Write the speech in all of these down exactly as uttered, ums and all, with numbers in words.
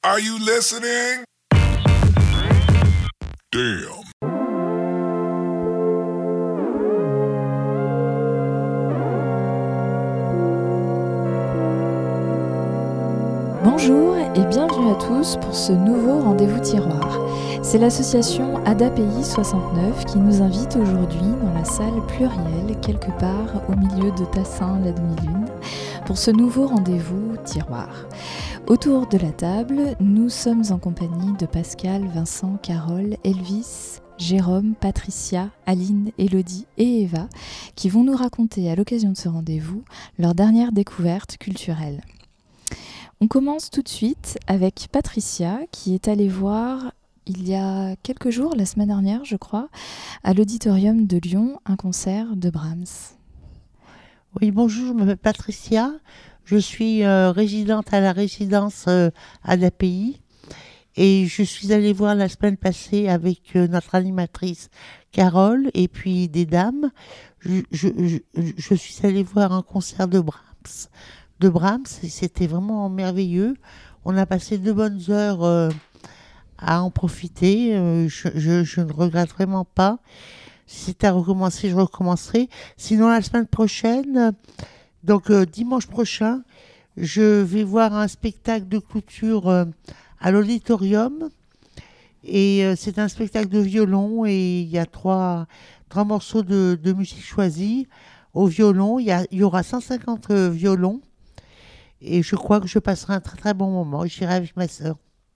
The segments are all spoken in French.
Are you listening? Damn. Bonjour et bienvenue à tous pour ce nouveau rendez-vous tiroir. C'est l'association A D A P I soixante-neuf qui nous invite aujourd'hui dans la salle plurielle, quelque part au milieu de Tassin, la demi-lune, pour ce nouveau rendez-vous tiroir. Autour de la table, nous sommes en compagnie de Pascal, Vincent, Carole, Elvis, Jérôme, Patricia, Aline, Élodie et Eva qui vont nous raconter à l'occasion de ce rendez-vous leur dernière découverte culturelle. On commence tout de suite avec Patricia qui est allée voir il y a quelques jours, la semaine dernière je crois, à l'auditorium de Lyon, un concert de Brahms. Oui, bonjour, je m'appelle Patricia, je suis euh, résidente à la résidence euh, A D A P I et je suis allée voir la semaine passée avec euh, notre animatrice Carole et puis des dames. Je, je, je, je suis allée voir un concert de Brahms. de Brahms, et c'était vraiment merveilleux. On a passé deux bonnes heures euh, à en profiter. Euh, je, je, je ne regrette vraiment pas. Si c'était à recommencer, je recommencerai. Sinon, la semaine prochaine, donc euh, dimanche prochain, je vais voir un spectacle de clôture euh, à l'auditorium. Et euh, c'est un spectacle de violon et il y a trois, trois morceaux de, de musique choisis au violon. Il y, a, il y aura cent cinquante euh, violons. Et je crois que je passerai un très très bon moment. J'irai avec ma sœur.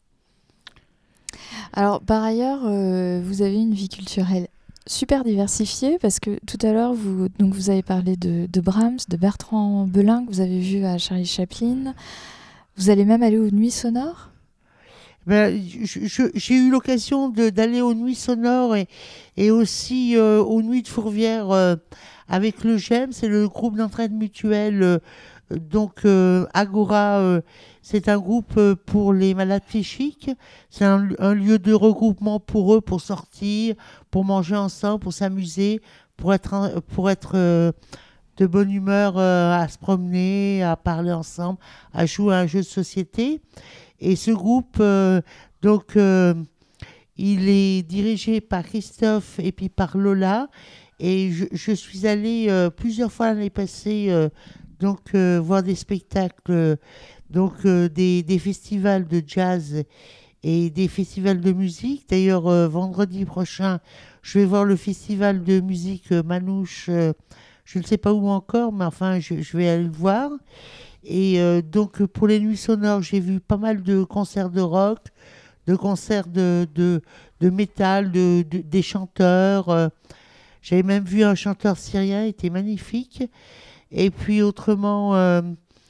Alors, par ailleurs, euh, vous avez une vie culturelle super diversifiée parce que tout à l'heure, vous, donc vous avez parlé de, de Brahms, de Bertrand Belin que vous avez vu à Charlie Chaplin. Vous allez même aller aux Nuits Sonores ? Ben, je, je, j'ai eu l'occasion de, d'aller aux Nuits Sonores et, et aussi euh, aux Nuits de Fourvière euh, avec le G E M, c'est le groupe d'entraide mutuelle. Euh, Donc, euh, Agora, euh, c'est un groupe euh, pour les malades psychiques. C'est un, un lieu de regroupement pour eux, pour sortir, pour manger ensemble, pour s'amuser, pour être, pour être euh, de bonne humeur, euh, à se promener, à parler ensemble, à jouer à un jeu de société. Et ce groupe, euh, donc, euh, il est dirigé par Christophe et puis par Lola. Et je, je suis allée euh, plusieurs fois l'année passée euh, donc euh, voir des spectacles, donc euh, des, des festivals de jazz et des festivals de musique. D'ailleurs, euh, vendredi prochain, je vais voir le festival de musique euh, Manouche, euh, je ne sais pas où encore, mais enfin, je, je vais aller le voir. Et euh, donc, pour les Nuits Sonores, j'ai vu pas mal de concerts de rock, de concerts de, de, de métal, de, de, des chanteurs. Euh, j'avais même vu un chanteur syrien, il était magnifique. Et puis autrement, euh,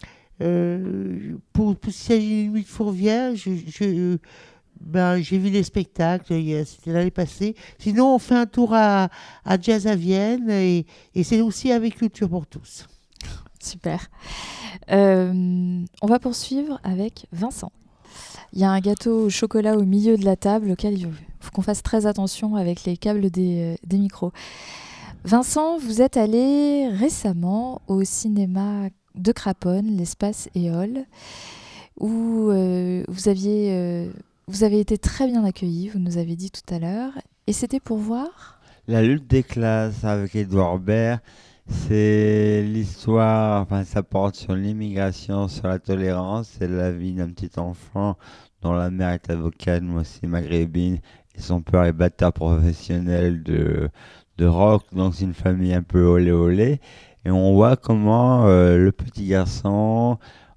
euh, pour, pour s'il s'agit d'une nuit de Fourvière, je, je, ben, j'ai vu les spectacles, c'était l'année passée. Sinon, on fait un tour à, à Jazz à Vienne et, et c'est aussi avec Culture pour tous. Super. Euh, on va poursuivre avec Vincent. Il y a un gâteau au chocolat au milieu de la table auquel il faut qu'on fasse très attention avec les câbles des, des micros. Vincent, vous êtes allé récemment au cinéma de Craponne, l'espace Éole, où euh, vous, aviez, euh, vous avez été très bien accueillis, vous nous avez dit tout à l'heure, et c'était pour voir La lutte des classes avec Édouard Baird. C'est l'histoire, enfin ça porte sur l'immigration, sur la tolérance, c'est la vie d'un petit enfant dont la mère est avocate, moi aussi maghrébine, et son père est batteur professionnel de... de rock, donc c'est une famille un peu olé olé, et on voit comment euh, le petit garçon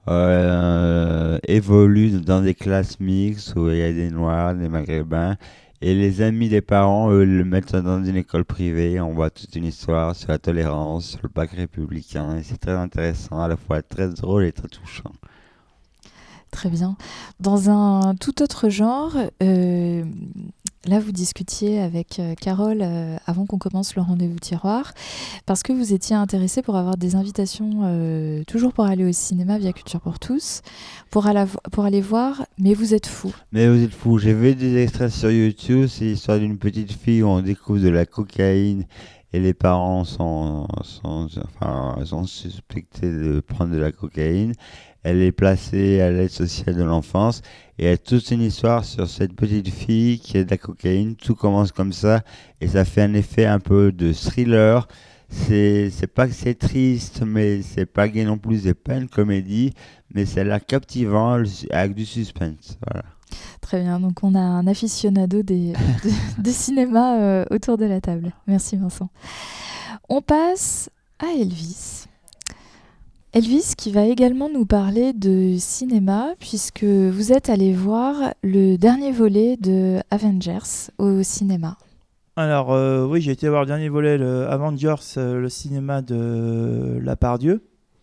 euh, évolue dans des classes mixtes où il y a des noirs, des maghrébins, et les amis des parents, eux, le mettent dans une école privée. On voit toute une histoire sur la tolérance, sur le pacte républicain, et c'est très intéressant, à la fois très drôle et très touchant. Très bien. Dans un tout autre genre, euh, là vous discutiez avec euh, Carole euh, avant qu'on commence le rendez-vous tiroir, parce que vous étiez intéressée pour avoir des invitations, euh, toujours pour aller au cinéma via Culture pour tous, pour aller, pour aller voir, mais vous êtes fou. Mais vous êtes fou. J'ai vu des extraits sur YouTube, c'est l'histoire d'une petite fille où on découvre de la cocaïne et les parents sont, sont, enfin, sont suspectés de prendre de la cocaïne. elle est placée à l'aide sociale de l'enfance. Et il y a toute une histoire sur cette petite fille qui a de la cocaïne. Tout commence comme ça et ça fait un effet un peu de thriller. C'est, c'est pas que c'est triste, mais c'est pas gai non plus. C'est pas une comédie, mais c'est l'air captivant avec du suspense. Voilà. Très bien, donc on a un aficionado des, de, de cinéma euh, autour de la table. Merci Vincent. On passe à Elvis. Elvis qui va également nous parler de cinéma puisque vous êtes allé voir le dernier volet de Avengers au cinéma. Alors euh, oui, j'ai été voir le dernier volet, le Avengers, euh, le cinéma de Lapardieu.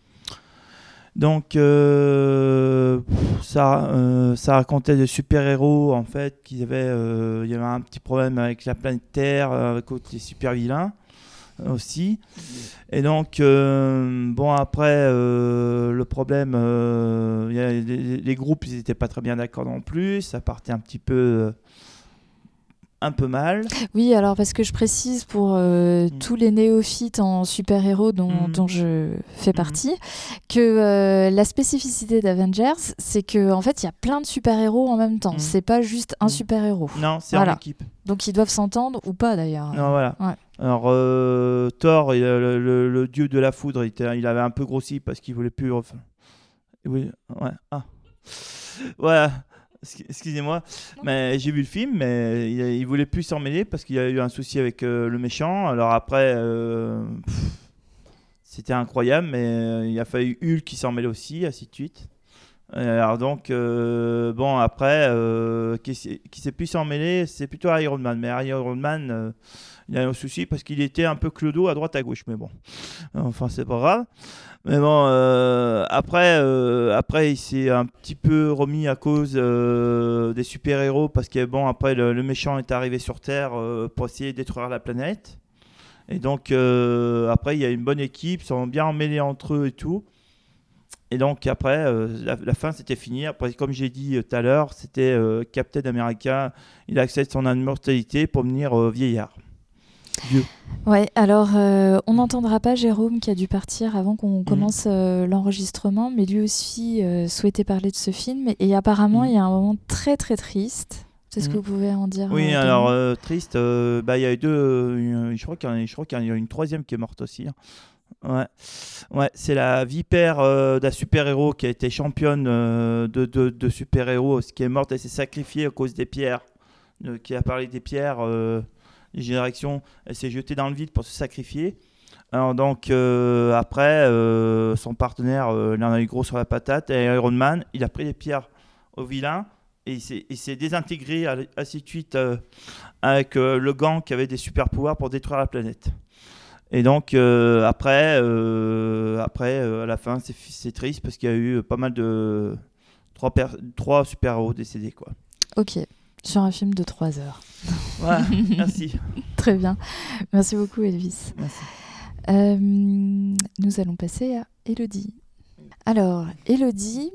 Donc euh, ça, euh, ça racontait des super-héros en fait, qu'il y avait, euh, il y avait un petit problème avec la planète Terre, avec les super-vilains aussi. Et donc euh, bon après euh, le problème, euh, y a, les, les groupes ils n'étaient pas très bien d'accord non plus, ça partait un petit peu... Euh, un peu mal. Oui, alors parce que je précise pour euh, mmh. tous les néophytes en super-héros dont, mmh. dont je fais partie, mmh. que euh, la spécificité d'Avengers, c'est qu'en en fait, il y a plein de super-héros en même temps. Mmh. C'est pas juste un mmh. super-héros. Non, c'est voilà. en équipe. Donc ils doivent s'entendre ou pas d'ailleurs. Non, voilà. Ouais. Alors, euh, Thor, il, le, le, le dieu de la foudre, il, était, il avait un peu grossi parce qu'il voulait plus... Ref... Oui, ouais. Ah. Voilà. Excusez-moi, non. mais j'ai vu le film, mais il, il voulait plus s'en mêler parce qu'il y a eu un souci avec euh, le méchant. Alors après, euh, pff, c'était incroyable, mais euh, il a fallu Hulk qui s'en mêle aussi, ainsi de suite. Alors donc, euh, bon, après, euh, qui, qui s'est plus s'en mêler, c'est plutôt Iron Man. Mais Iron Man, euh, il a eu un souci parce qu'il était un peu clodo à droite à gauche. Mais bon, enfin, c'est pas grave. Mais bon, euh, après, euh, après, il s'est un petit peu remis à cause euh, des super-héros parce que bon, après, le, le méchant est arrivé sur Terre euh, pour essayer de détruire la planète. Et donc, euh, après, il y a une bonne équipe, ils sont bien emmêlés entre eux et tout. Et donc, après, euh, la, la fin, c'était fini. Après, comme j'ai dit tout à l'heure, c'était euh, Captain America. Il accepte son immortalité pour devenir euh, vieillard. Dieu. Ouais, alors euh, on n'entendra pas Jérôme qui a dû partir avant qu'on commence euh, l'enregistrement, mais lui aussi euh, souhaitait parler de ce film. Et apparemment, il mmh. y a un moment très très triste. Est-ce mmh. que vous pouvez en dire Oui, euh, alors euh, triste, euh, bah, y a eu deux. Euh, je crois qu'il y, a, je crois qu'il y a une troisième qui est morte aussi. Hein. Ouais. Ouais, c'est la vipère euh, d'un super-héros qui a été championne euh, de, de, de super-héros, qui est morte. Elle s'est sacrifiée à cause des pierres. Euh, qui a parlé des pierres. Euh, Les générations, elle s'est jetée dans le vide pour se sacrifier. Alors donc euh, après, euh, son partenaire, euh, il en a eu gros sur la patate. Et Iron Man, il a pris les pierres au vilain et il s'est, il s'est désintégré ainsi de suite euh, avec euh, le gant qui avait des super pouvoirs pour détruire la planète. Et donc euh, après, euh, après euh, à la fin, c'est, c'est triste parce qu'il y a eu pas mal de trois, per- trois super-héros décédés, quoi. Ok. Sur un film de trois heures. Voilà, merci. Très bien. Merci beaucoup, Elvis. Merci. Euh, nous allons passer à Élodie. Alors, Élodie,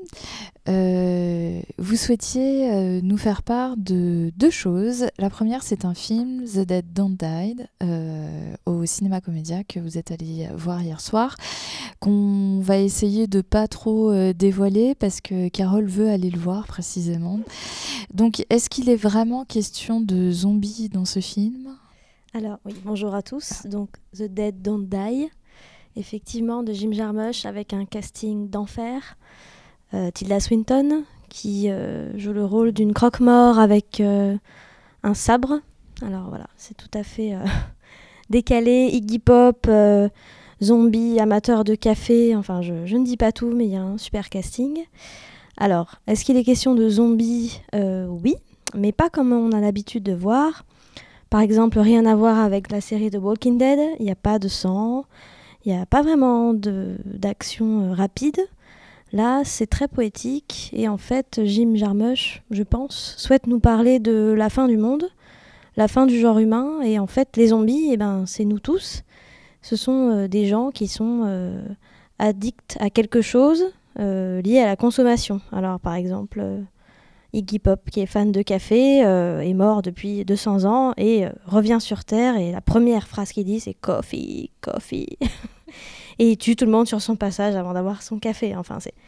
euh, vous souhaitiez euh, nous faire part de deux choses. La première, c'est un film, The Dead Don't Die, euh, au Cinéma Comédia, que vous êtes allé voir hier soir, qu'on va essayer de pas trop euh, dévoiler parce que Carole veut aller le voir précisément. Donc, est-ce qu'il est vraiment question de zombies dans ce film ? Alors, oui, bonjour à tous. Donc, The Dead Don't Die, effectivement, de Jim Jarmusch, avec un casting d'enfer. Euh, Tilda Swinton, qui euh, joue le rôle d'une croque-mort avec euh, un sabre. Alors voilà, c'est tout à fait euh, décalé. Iggy Pop, euh, zombie, amateur de café. Enfin, je, je ne dis pas tout, mais il y a un super casting. Alors, est-ce qu'il est question de zombies ? euh, Oui, mais pas comme on a l'habitude de voir. Par exemple, rien à voir avec la série de Walking Dead. Il n'y a pas de sang. Il n'y a pas vraiment de, d'action euh, rapide. Là, c'est très poétique. Et en fait, Jim Jarmusch, je pense, souhaite nous parler de la fin du monde, la fin du genre humain. Et en fait, les zombies, eh ben, c'est nous tous. Ce sont euh, des gens qui sont euh, addicts à quelque chose euh, lié à la consommation. Alors, par exemple, euh, Iggy Pop, qui est fan de café, euh, est mort depuis deux cents ans et euh, revient sur Terre. Et la première phrase qu'il dit, c'est « coffee, coffee ». Et il tue tout le monde sur son passage avant d'avoir son café. Enfin, c'est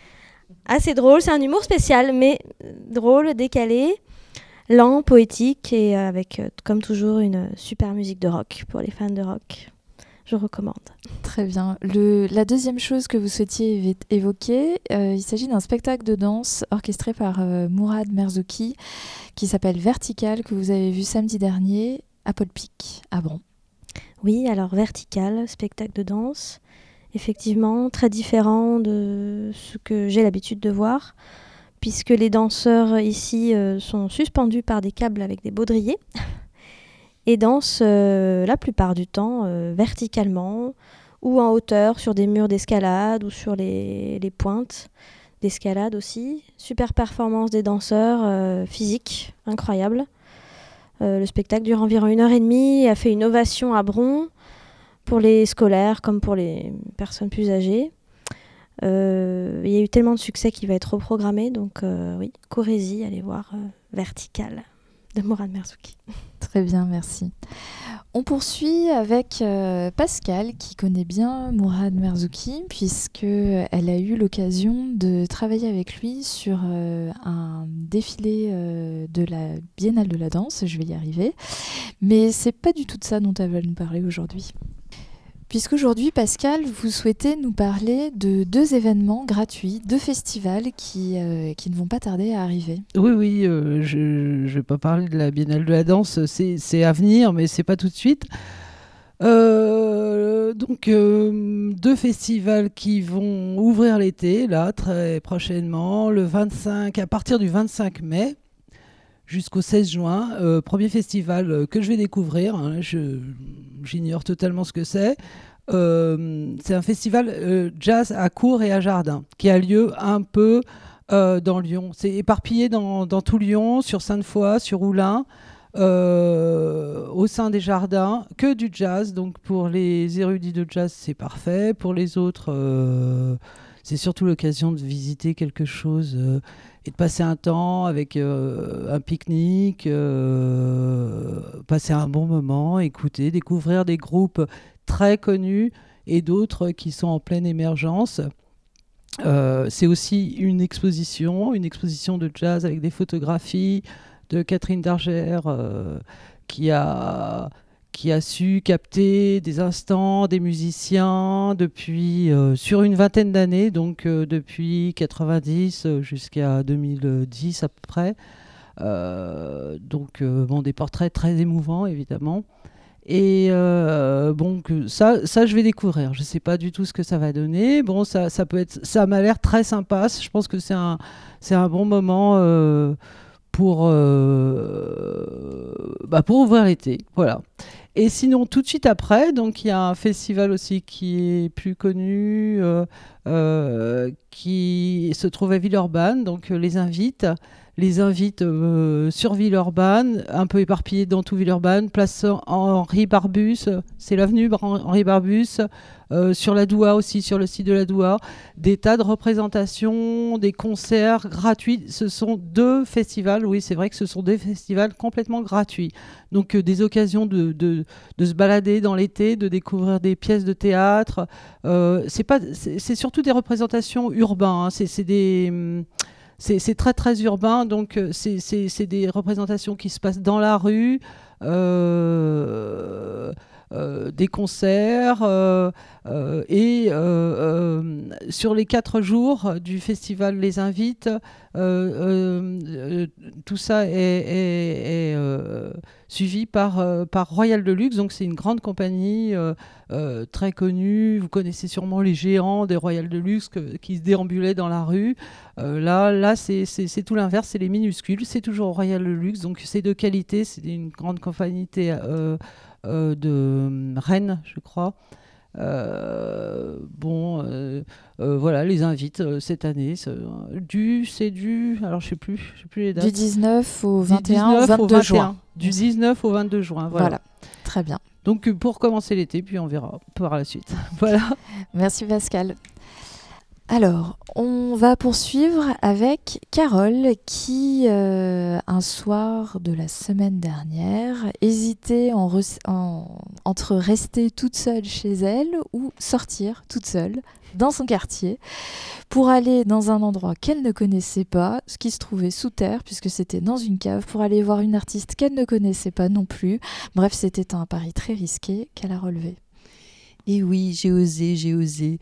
assez drôle. C'est un humour spécial, mais drôle, décalé, lent, poétique et avec, euh, comme toujours, une super musique de rock pour les fans de rock. Je recommande. Très bien. Le, la deuxième chose que vous souhaitiez évo- évoquer, euh, il s'agit d'un spectacle de danse orchestré par euh, Mourad Merzouki qui s'appelle Vertical, que vous avez vu samedi dernier à Paul Pic, à Bron. Oui, alors Vertical, spectacle de danse, effectivement très différent de ce que j'ai l'habitude de voir, puisque les danseurs ici euh, sont suspendus par des câbles avec des baudriers et dansent euh, la plupart du temps euh, verticalement ou en hauteur sur des murs d'escalade ou sur les, les pointes d'escalade aussi. Super performance des danseurs, euh, physique, incroyable. Euh, le spectacle dure environ une heure et demie et a fait une ovation à Bron pour les scolaires comme pour les personnes plus âgées. Euh, il y a eu tellement de succès qu'il va être reprogrammé, donc euh, oui, courez-y, allez voir euh, Vertical de Mourad Merzouki. Très bien, merci. On poursuit avec euh, Pascal, qui connaît bien Mourad Merzouki, puisqu'elle a eu l'occasion de travailler avec lui sur euh, un défilé euh, de la Biennale de la danse, je vais y arriver. Mais c'est pas du tout de ça dont elle va nous parler aujourd'hui. Puisqu'aujourd'hui, Pascal, vous souhaitez nous parler de deux événements gratuits, deux festivals qui, euh, qui ne vont pas tarder à arriver. Oui, oui, euh, je ne vais pas parler de la Biennale de la danse, c'est, c'est à venir, mais c'est pas tout de suite. Euh, donc, euh, deux festivals qui vont ouvrir l'été, là, très prochainement, le vingt-cinq, à partir du vingt-cinq mai jusqu'au seize juin. Euh, premier festival euh, que je vais découvrir, hein, je, j'ignore totalement ce que c'est. Euh, c'est un festival euh, jazz à Cours et à Jardin qui a lieu un peu euh, dans Lyon. C'est éparpillé dans, dans tout Lyon, sur Sainte-Foy, sur Oulin, euh, au sein des jardins, que du jazz. Donc pour les érudits de jazz, c'est parfait. Pour les autres, euh, c'est surtout l'occasion de visiter quelque chose euh, et de passer un temps avec euh, un pique-nique, euh, passer un bon moment, écouter, découvrir des groupes très connus et d'autres qui sont en pleine émergence. Euh, c'est aussi une exposition, une exposition de jazz avec des photographies de Catherine Dargère euh, qui a... qui a su capter des instants, des musiciens depuis euh, sur une vingtaine d'années, donc euh, depuis quatre-vingt-dix jusqu'à deux mille dix à peu près. Euh, donc euh, bon, des portraits très émouvants évidemment. Et euh, bon, que ça, ça je vais découvrir. Je ne sais pas du tout ce que ça va donner. Bon, ça, ça peut être, ça m'a l'air très sympa. Je pense que c'est un, c'est un bon moment. Euh, pour, euh, bah pour ouvrir l'été, voilà. Et sinon, tout de suite après, donc il y a un festival aussi qui est plus connu, euh, euh, qui se trouve à Villeurbanne, donc euh, les invites, les invites euh, sur Villeurbanne, un peu éparpillés dans tout Villeurbanne, place Henri Barbus, c'est l'avenue Henri Barbus, euh, sur la Doua aussi, sur le site de la Doua, des tas de représentations, des concerts gratuits. Ce sont deux festivals, oui, c'est vrai que ce sont des festivals complètement gratuits. Donc euh, des occasions de, de, de se balader dans l'été, de découvrir des pièces de théâtre. Euh, c'est, pas, c'est, c'est surtout des représentations urbaines, hein. c'est, c'est des... Hum, C'est, c'est très très urbain, donc c'est, c'est, c'est des représentations qui se passent dans la rue, euh, euh, des concerts, euh, euh, et euh, euh, sur les quatre jours du festival Les Invites, euh, euh, tout ça est, est, est euh, suivi par, euh, par Royal Deluxe, donc c'est une grande compagnie euh, euh, très connue. Vous connaissez sûrement les géants des Royal Deluxe que, qui se déambulaient dans la rue. Euh, là, là c'est, c'est, c'est tout l'inverse, c'est les minuscules, c'est toujours Royal Deluxe, donc c'est de qualité, c'est une grande compagnie euh, euh, de Rennes, je crois. Euh, bon, euh, euh, voilà, les invites euh, cette année. C'est du, c'est du, alors je sais plus, je sais plus les dates. Du dix-neuf au vingt et un, du dix-neuf au vingt-deux juin. Du dix-neuf au vingt-deux juin, voilà. Voilà, très bien. Donc pour commencer l'été, puis on verra par la suite. Voilà. Merci Pascal. Alors, on va poursuivre avec Carole qui, euh, un soir de la semaine dernière, hésitait en re- en- entre rester toute seule chez elle ou sortir toute seule dans son quartier pour aller dans un endroit qu'elle ne connaissait pas, ce qui se trouvait sous terre puisque c'était dans une cave, pour aller voir une artiste qu'elle ne connaissait pas non plus. Bref, c'était un pari très risqué qu'elle a relevé. Et oui, j'ai osé, j'ai osé.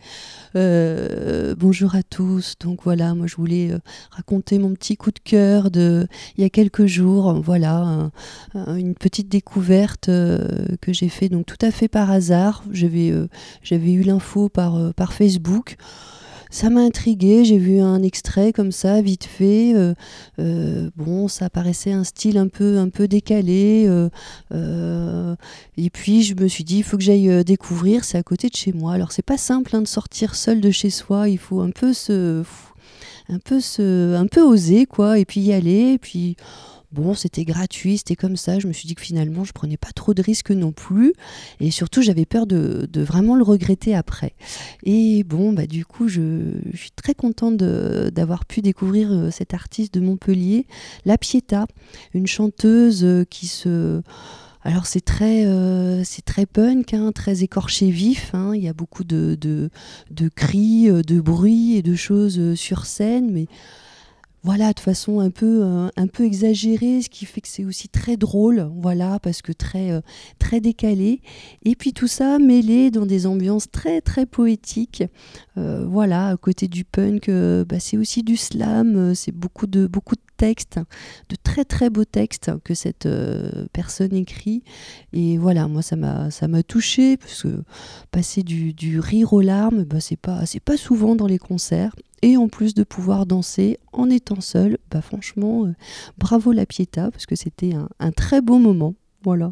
Euh, bonjour à tous. Donc voilà, moi je voulais euh, raconter mon petit coup de cœur de il y a quelques jours. Voilà, un- un- une petite découverte euh, que j'ai fait donc tout à fait par hasard. J'avais euh, j'avais eu l'info par euh, par Facebook. Ça m'a intriguée, j'ai vu un extrait comme ça, vite fait. Euh, euh, bon, ça paraissait un style un peu, un peu décalé. Euh, euh, et puis, je me suis dit, il faut que j'aille euh, découvrir, c'est à côté de chez moi. Alors, c'est pas simple hein, de sortir seul de chez soi, il faut un peu se... un peu, se, un peu oser, quoi, et puis y aller. Et puis, bon, c'était gratuit, c'était comme ça. Je me suis dit que finalement, je prenais pas trop de risques non plus. Et surtout, j'avais peur de, de vraiment le regretter après. Et bon, bah, du coup, je, je suis très contente de- d'avoir pu découvrir euh, cette artiste de Montpellier, La Pietà, une chanteuse euh, qui se... Alors c'est très, euh, c'est très punk, hein, très écorché vif, hein. Il y a beaucoup de, de, de cris, euh, de bruit et de choses euh, sur scène, mais voilà, de façon un peu, euh, un peu exagérée, ce qui fait que c'est aussi très drôle, voilà, parce que très, euh, très décalé. Et puis tout ça mêlé dans des ambiances très, très poétiques. Euh, voilà, à côté du punk, euh, bah, c'est aussi du slam, euh, c'est beaucoup de, beaucoup de textes, de très, très beaux textes que cette euh, personne écrit. Et voilà, moi, ça m'a, ça m'a touchée, parce que passer du, du rire aux larmes, bah, c'est pas, c'est pas souvent dans les concerts. Et en plus de pouvoir danser en étant seule, bah franchement, euh, bravo La Pietà, parce que c'était un, un très beau moment. Voilà.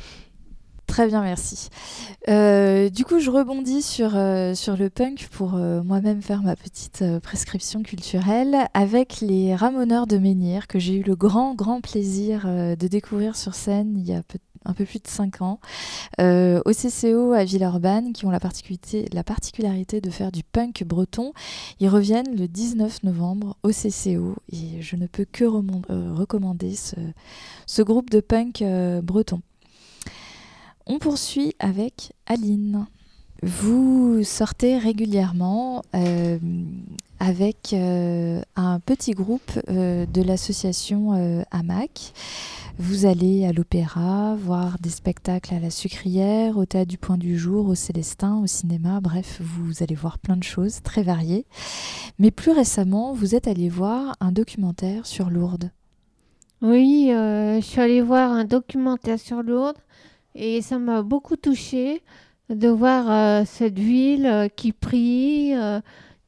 Très bien, merci. Euh, du coup, je rebondis sur, euh, sur le punk pour euh, moi-même faire ma petite euh, prescription culturelle avec les Ramoneurs de Menhir, que j'ai eu le grand, grand plaisir euh, de découvrir sur scène il y a peu- un peu plus de cinq ans, euh, au C C O à Villeurbanne, qui ont la particularité, la particularité de faire du punk breton. Ils reviennent le dix-neuf novembre au C C O et je ne peux que remon- euh, recommander ce, ce groupe de punk euh, breton. On poursuit avec Aline. Vous sortez régulièrement euh, avec euh, un petit groupe euh, de l'association euh, Hamac. Vous allez à l'opéra, voir des spectacles à la Sucrière, au Théâtre du Point du Jour, au Célestin, au cinéma. Bref, vous allez voir plein de choses très variées. Mais plus récemment, vous êtes allé voir un documentaire sur Lourdes. Oui, euh, je suis allée voir un documentaire sur Lourdes et ça m'a beaucoup touchée de voir euh, cette ville euh, qui prie, euh,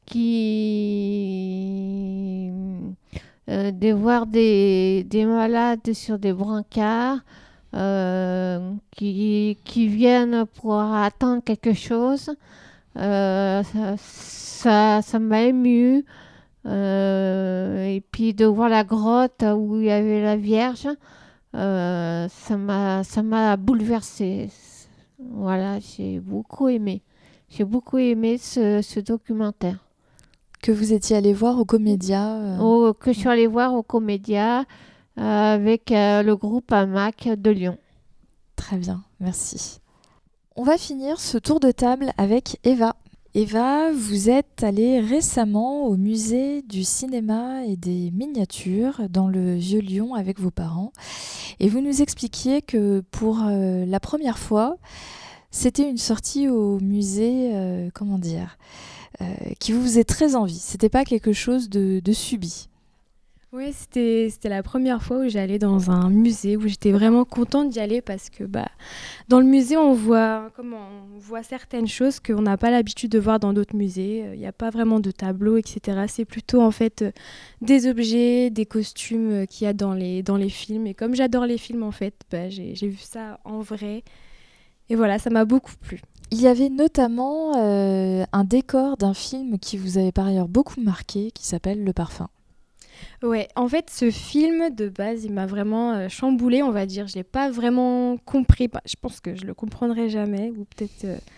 qui... euh, de voir des, des malades sur des brancards euh, qui, qui viennent pour attendre quelque chose. Euh, ça, ça, ça m'a émue. Euh, et puis de voir la grotte où il y avait la Vierge, euh, ça m'a, ça m'a bouleversée. Voilà, j'ai beaucoup aimé. J'ai beaucoup aimé ce, ce documentaire. Que vous étiez allé voir au Comédia euh... Au, que je suis allée voir au Comédia euh, avec euh, le groupe Hamac de Lyon. Très bien, merci. On va finir ce tour de table avec Eva. Eva, vous êtes allée récemment au musée du cinéma et des miniatures dans le Vieux-Lyon avec vos parents et vous nous expliquiez que pour euh, la première fois, c'était une sortie au musée, euh, comment dire, euh, qui vous faisait très envie. C'était pas quelque chose de, de subi. Oui, c'était, c'était la première fois où j'allais dans un musée, où j'étais vraiment contente d'y aller parce que bah, dans le musée, on voit, comment, on voit certaines choses qu'on n'a pas l'habitude de voir dans d'autres musées. Il n'y a pas vraiment de tableaux, et cetera. C'est plutôt en fait euh, des objets, des costumes euh, qu'il y a dans les, dans les films. Et comme j'adore les films, en fait, bah, j'ai, j'ai vu ça en vrai. Et voilà, ça m'a beaucoup plu. Il y avait notamment euh, un décor d'un film qui vous avait par ailleurs beaucoup marqué, qui s'appelle Le Parfum. Ouais, en fait, ce film, de base, il m'a vraiment euh, chamboulée, on va dire. Je l'ai pas vraiment compris. Bah, je pense que je le comprendrai jamais, ou peut-être, euh,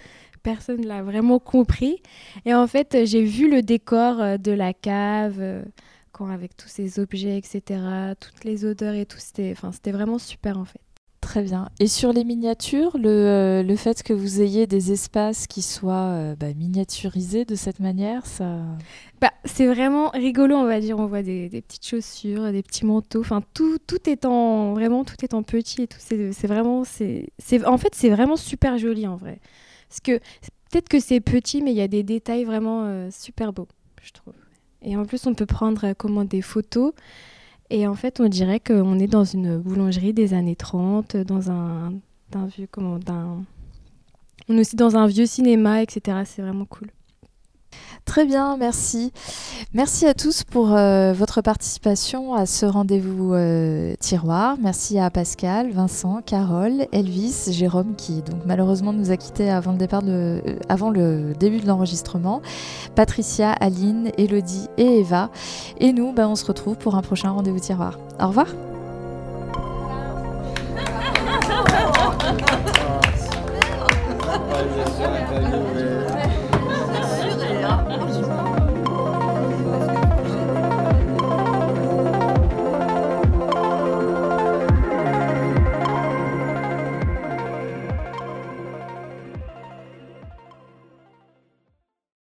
personne l'a vraiment compris. Et en fait, j'ai vu le décor euh, de la cave, euh, quand, avec tous ces objets, et cetera, toutes les odeurs et tout. C'était, enfin, c'était vraiment super en fait. Très bien. Et sur les miniatures, le, euh, le fait que vous ayez des espaces qui soient euh, bah, miniaturisés de cette manière, ça... Bah, c'est vraiment rigolo, on va dire. On voit des, des petites chaussures, des petits manteaux. Enfin, tout, tout est en vraiment, tout est en petit et tout. C'est, c'est vraiment, c'est, c'est, en fait, c'est vraiment super joli en vrai. Parce que peut-être que c'est petit, mais il y a des détails vraiment euh, super beaux, je trouve. Et en plus, on peut prendre euh, comment, des photos. Et en fait, on dirait qu'on est dans une boulangerie des années trente, dans un, d'un vieux, comment, d'un... on est aussi dans un vieux cinéma, et cetera. C'est vraiment cool. Très bien, merci. Merci à tous pour euh, votre participation à ce rendez-vous euh, tiroir. Merci à Pascal, Vincent, Carole, Elvis, Jérôme qui donc malheureusement nous a quittés avant le départ de, euh, avant le début de l'enregistrement, Patricia, Aline, Elodie et Eva. Et nous, bah, on se retrouve pour un prochain rendez-vous tiroir. Au revoir. Ouais,